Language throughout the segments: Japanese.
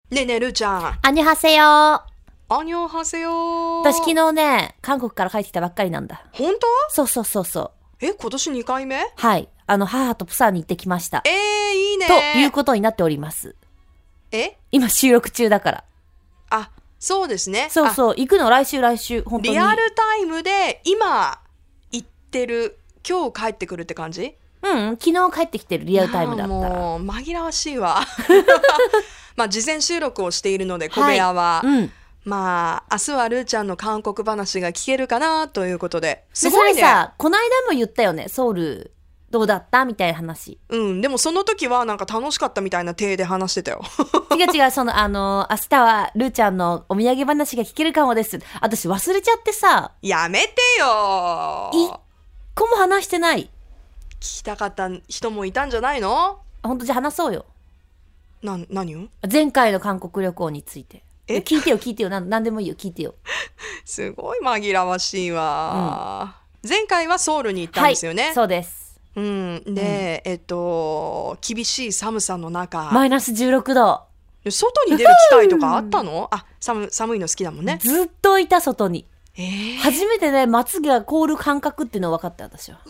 ねえねえるーちゃん。 アニョハセヨ。 アニョハセヨ。 私昨日ね、韓国から帰ってきたばっかりなんだ。 本当？ そう。 今年2回目？ はい。母とプサンに行ってきました。 いいね。 ということになっております。今収録中だから。 あ、そうですね。 そう。行くの来週、本当に。 リアルタイムで今行ってる、今日帰ってくるって感じ？ 昨日帰ってきてるリアルタイムだったら。 もう紛らわしいわ。まあ事前収録をしているので小部屋は、まあ明日はるーちゃんの韓国話が聞けるかなということで、すごいね。 それさ、この間も言ったよね、ソウルどうだったみたいな話。 でもその時はなんか楽しかったみたいな体で話してたよ。 違う、明日はるーちゃんのお土産話が聞けるかもです。私忘れちゃってさ。 やめてよ。 一個も話してない。 聞きたかった人もいたんじゃないの？ 本当じゃあ話そうよ。 何を？ 前回の韓国旅行について。聞いてよ。なんでもいいよ、聞いてよ。 すごい紛らわしいわ。前回はソウルに行ったんですよね。 はい、そうです。 で、厳しい寒さの中。 マイナス16度。 外に出る機会とかあったの？寒いの好きだもんね。 ずっといた、外に。初めてね、まつげが凍る感覚っていうの分かった、私は。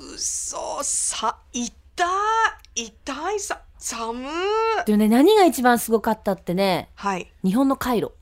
痛いさ、寒でもね、何が一番すごかったってね、日本のカイロ。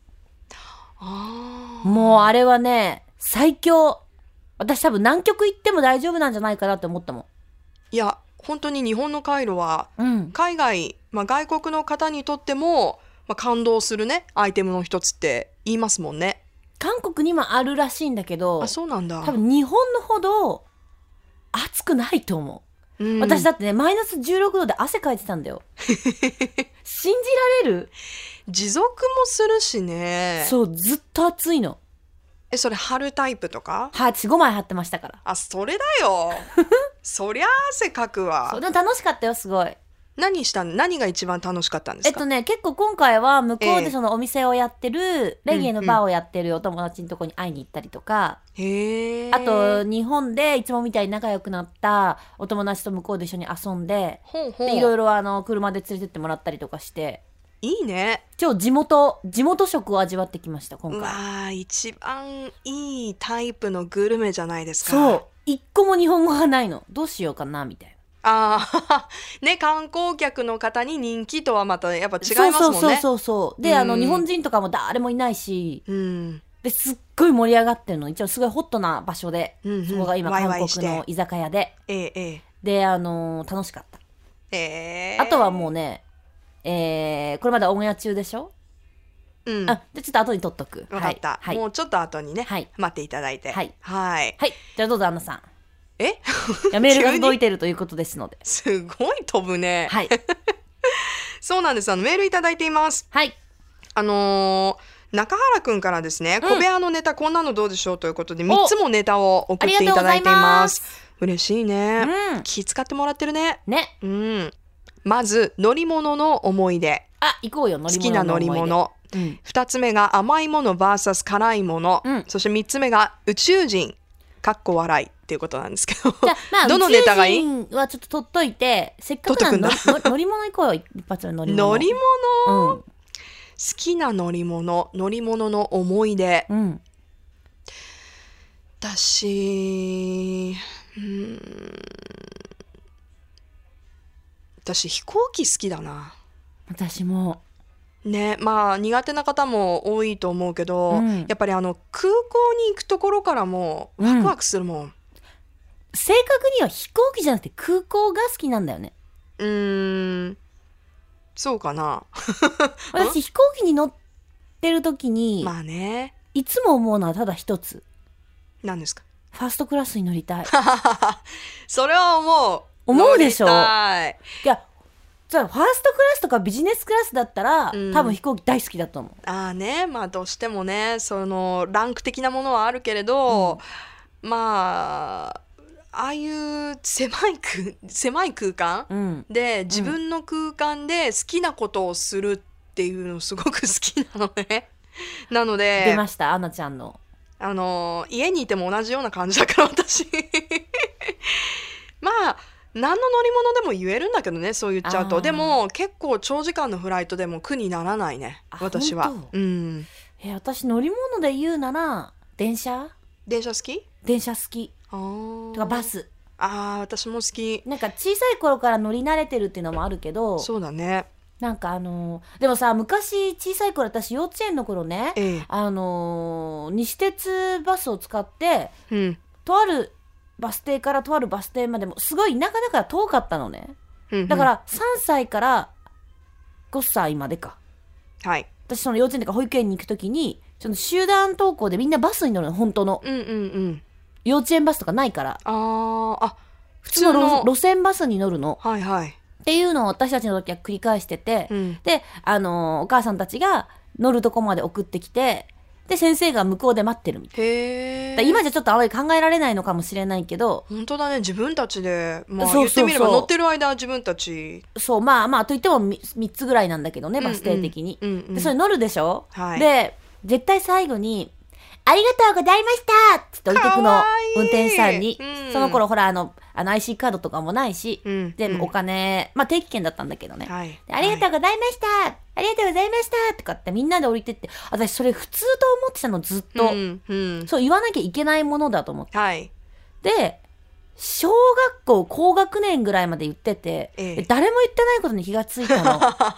もうあれはね、最強。私多分南極行っても大丈夫なんじゃないかなって思ったもん。 いや、本当に日本のカイロは、海外、外国の方にとっても、感動するね、アイテムの一つって言いますもんね。 韓国にもあるらしいんだけど、 そうなんだ。 多分日本のほど暑くないと思う。私だってね、マイナス16度で汗かいてたんだよ。信じられる？ 持続もするしね。 そう、ずっと暑いの。 それ貼るタイプとか？ はい、5枚貼ってましたから。 それだよ。そりゃ汗かくわ。 そう、でも楽しかったよ、すごい。 何が一番楽しかったんですか？ 結構今回は向こうでそのお店をやってる、レゲエのバーをやってるお友達のとこに会いに行ったりとか、あと日本でいつもみたいに仲良くなったお友達と向こうで一緒に遊んで、いろいろ車で連れてってもらったりとかして、 いいね。 超地元食を味わってきました、今回。 一番いいタイプのグルメじゃないですか。 そう、一個も日本語がないの。どうしようかなみたいな。 ね、観光客の方に人気とはまたやっぱ違いますもんね。 そう。で、日本人とかも誰もいないし、ですっごい盛り上がってるの。一応すごいホットな場所で、そこが今韓国の居酒屋で。で、楽しかった。あとはもうね、これまだオンエア中でしょ？じゃあちょっと後に撮っとく。 分かった。もうちょっと後にね、待っていただいて。はい。 じゃあどうぞ、アンナさん。 メールが届いてるということですので。 すごい飛ぶね。 はい。 そうなんです。メールいただいています。 はい。 中原くんからですね、小部屋のネタこんなのどうでしょうということで3つもネタを送っていただいています。嬉しいね。気遣ってもらってるね。まず乗り物の思い出。 行こうよ、乗り物の思い出。 好きな乗り物。2つ目が甘いもの VS 辛いもの。そして3つ目が宇宙人。かっこ笑いっていうことなんですけど。どのネタがいい？ 宇宙人はちょっと取っといて、せっかくなんで乗り物行こうよ、一発の乗り物。 乗り物、好きな乗り物の思い出。私飛行機好きだな。 私もね、苦手な方も多いと思うけど、やっぱり空港に行くところからもワクワクするもん。 正確には飛行機じゃなくて空港が好きなんだよね。 そうかな。 私飛行機に乗ってる時にいつも思うのはただ一つ。 何ですか？ ファーストクラスに乗りたい。 それは思うでしょ。いや、ファーストクラスとかビジネスクラスだったら、多分飛行機大好きだと思う。 どうしてもね、そのランク的なものはあるけれど、ああいう狭い空間、で自分の空間で好きなことをするっていうのすごく好きなのね。なので出ました、アナちゃんの。 家にいても同じような感じだから私何の乗り物でも言えるんだけどね、そう言っちゃうと。でも結構長時間のフライトでも苦にならないね、私は。 私乗り物で言うなら電車好き。電車好きとかバス。 私も好き。 なんか小さい頃から乗り慣れてるっていうのもあるけど。 そうだね。 なんかでもさ、昔小さい頃、私幼稚園の頃ね、西鉄バスを使って、とあるバス停からとあるバス停までもすごい田舎だから遠かったのね、だから3歳から5歳までか、私その幼稚園とか保育園に行くときにその集団登校でみんなバスに乗るの、本当の、幼稚園バスとかないから、普通の路線バスに乗るの、っていうのを私たちの時は繰り返してて、でお母さんたちが乗るとこまで送ってきて、で先生が向こうで待ってるみたいな。今じゃちょっとあまり考えられないのかもしれないけど、 本当だね、自分たちで、言ってみれば乗ってる間は自分たち、 といっても 3つぐらいなんだけどね、バス停的に、でそれ乗るでしょ、で絶対最後にありがとうございましたって置いてくの、運転手さんに、その頃ほらIC カードとかもないし、でお金定期券だったんだけどね、ありがとうございました、ありがとうございましたとかってみんなで降りてって、私それ普通と思ってたの、ずっと、そう言わなきゃいけないものだと思って、で小学校高学年ぐらいまで言ってて、誰も言ってないことに気がついたの。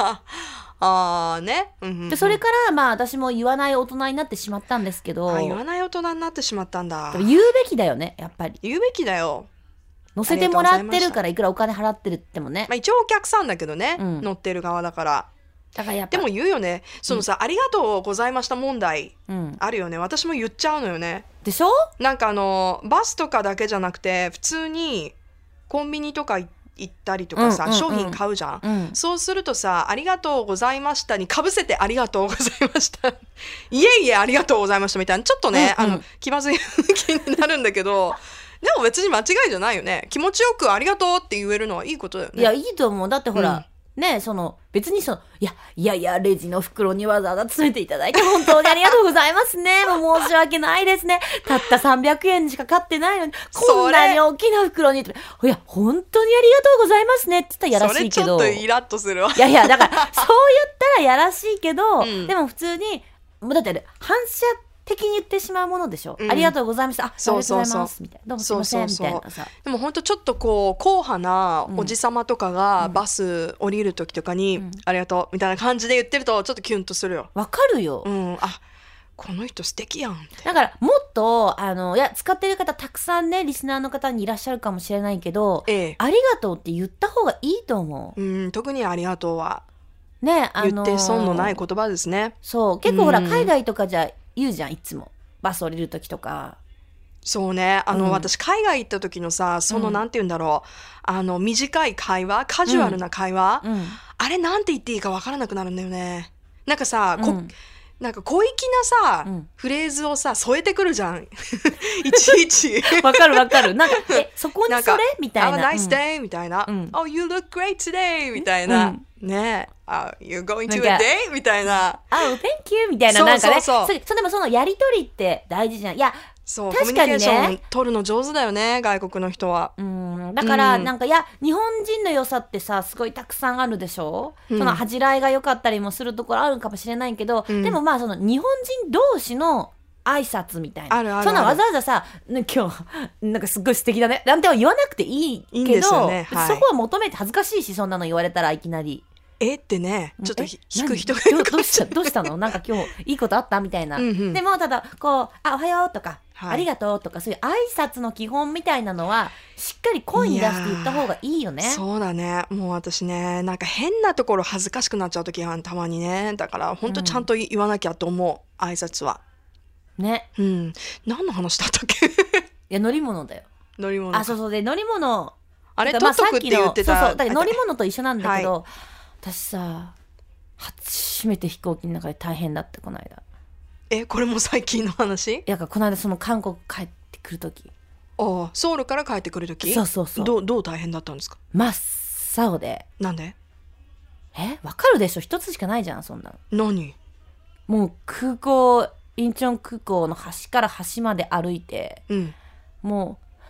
でそれから私も言わない大人になってしまったんですけど、 言わない大人になってしまったんだ。 言うべきだよね、やっぱり言うべきだよ。 乗せてもらってるから、いくらお金払ってるってもね、 一応お客さんだけどね、乗ってる側だから。だからやっぱでも言うよね、そのさ、ありがとうございました問題、あるよね。私も言っちゃうのよね。 でしょ。 なんかバスとかだけじゃなくて、普通にコンビニとか行ったりとかさ、商品買うじゃん、そうするとさ、ありがとうございましたにかぶせて、ありがとうございましたいえいえありがとうございましたみたいな、ちょっとね、気まずい気になるんだけど、でも別に間違いじゃないよね。気持ちよくありがとうって言えるのはいいことだよね。 いや、いいと思う。だってほら、ね、別にいやレジの袋にわざわざ詰めていただいて本当にありがとうございますね。もう申し訳ないですね。たった300円しか買ってないのに、こんなに大きな袋に、いや、本当にありがとうございますねって言ったらやらしいけど。 それちょっとイラッとするわ。 いや、だから、そう言ったらやらしいけど、でも普通に、だって反射的に言ってしまうものでしょ、ありがとうございました、ありがとうございますみたいな、どうもすいませんみたいなさ。 でも本当ちょっとこう硬派なおじさまとかがバス降りる時とかに、ありがとうみたいな感じで言ってるとちょっとキュンとするよ。 わかるよ、 この人素敵やん。 だからもっと使ってる方たくさんね、リスナーの方にいらっしゃるかもしれないけど、ありがとうって言った方がいいと思う。特にありがとうはね、 言って損のない言葉ですね。 そう、結構ほら、海外とかじゃ言うじゃん、いつもバス降りる時とか。 そうね、私海外行った時のさ、なんて言うんだろう、短い会話、カジュアルな会話、あれなんて言っていいか分からなくなるんだよね。なんかさ、なんか小粋なさ、フレーズをさ添えてくるじゃんいちいちわかるなんかそこにそれみたいな、 Have a nice day みたいな、Oh you look great today みたいな、ねえ、You're going to a day みたいな、 Oh thank you みたいな、なんかね、でもそのやりとりって大事じゃん。いや、 そう確かにね、コミュニケーション取るの上手だよね、外国の人は。 だからなんか、いや、日本人の良さってさ、すごいたくさんあるでしょ、その恥じらいが良かったりもするところあるかもしれないけど、でもその日本人同士の挨拶みたいな、そんなわざわざさ、今日なんかすごい素敵だねなんては言わなくていいけど、そこは求めて恥ずかしいし、そんなの言われたらいきなりってね、ちょっと引く人がいるかもしれない。 どうしたのなんか今日いいことあったみたいな、でもただこう、おはようとか、ありがとうとか、そういう挨拶の基本みたいなのはしっかり声に出して言った方がいいよね。 そうだね。もう私ね、なんか変なところ恥ずかしくなっちゃう時はたまにね、だから本当ちゃんと言わなきゃと思う、挨拶はね。 何の話だったっけいや、乗り物だよ。 乗り物。 そうで、乗り物あれ取っとくって言ってた。 そうだから乗り物と一緒なんだけど、私さ、初めて飛行機の中で大変だった、この間。 これも最近の話？ いや、この間その韓国帰ってくるとき。 ソウルから帰ってくるとき？ そうどう大変だったんですか？ 真っ青で。 なんで？ わかるでしょ、一つしかないじゃん、そんなの。 何？ もう空港、インチョン空港の端から端まで歩いて、もう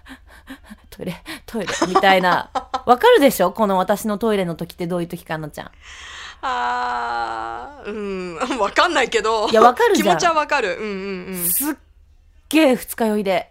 トイレみたいな。わかるでしょ、この私のトイレの時ってどういう時かのちゃん。 わかんないけど。 いや、わかるじゃん。 気持ちはわかる。 すっげえ二日酔いで。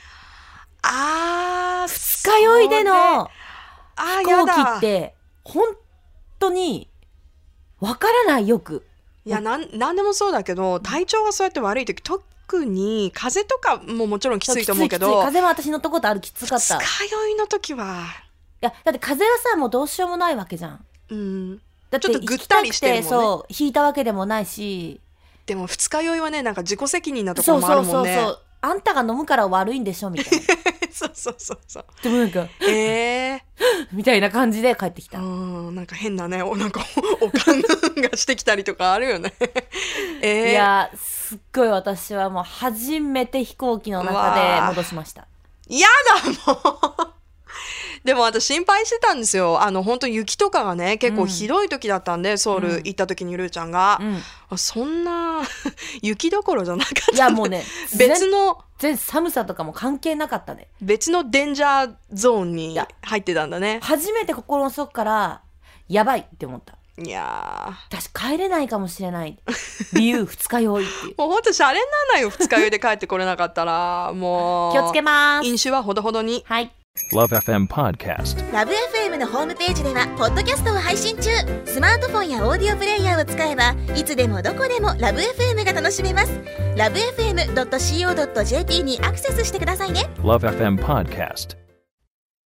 二日酔いでの飛行機って本当にわからない、よく。 いや、なんでもそうだけど、体調がそうやって悪い時、特に風邪とかももちろんきついと思うけど、 風邪も私乗ったことある、きつかった。 二日酔いの時は、 いや、だって風邪はさ、もうどうしようもないわけじゃん。だってちょっとぐったりしてるもんね。 そう、引いたわけでもないし。 でも二日酔いはね、なんか自己責任なところもあるもんね。 そうあんたが飲むから悪いんでしょみたいな。 そうでもなんかみたいな感じで帰ってきた。 なんか変なね、なんかおかんがしてきたりとかあるよね。 いや、すっごい私はもう初めて飛行機の中で戻しました。 やだもう。でも私心配してたんですよ。本当雪とかがね、結構ひどい時だったんで、ソウル行った時にルーちゃんが、そんな雪どころじゃなかった。 いやもうね、 別の全寒さとかも関係なかったね。 別のデンジャーゾーンに入ってたんだね。 初めて心の底からやばいって思った。 いや私帰れないかもしれない。理由二日酔いっていう。 もうほんとシャレにならないよ、二日酔いで帰ってこれなかったら。もう気をつけます。 飲酒はほどほどに。 はい。 LoveFM Podcast。 ラブ FM のホームページではポッドキャストを配信中。スマートフォンやオーディオプレイヤーを使えばいつでもどこでもラブ FM が楽しめます。LoveFM.co.jp にアクセスしてくださいね。 LoveFM Podcast。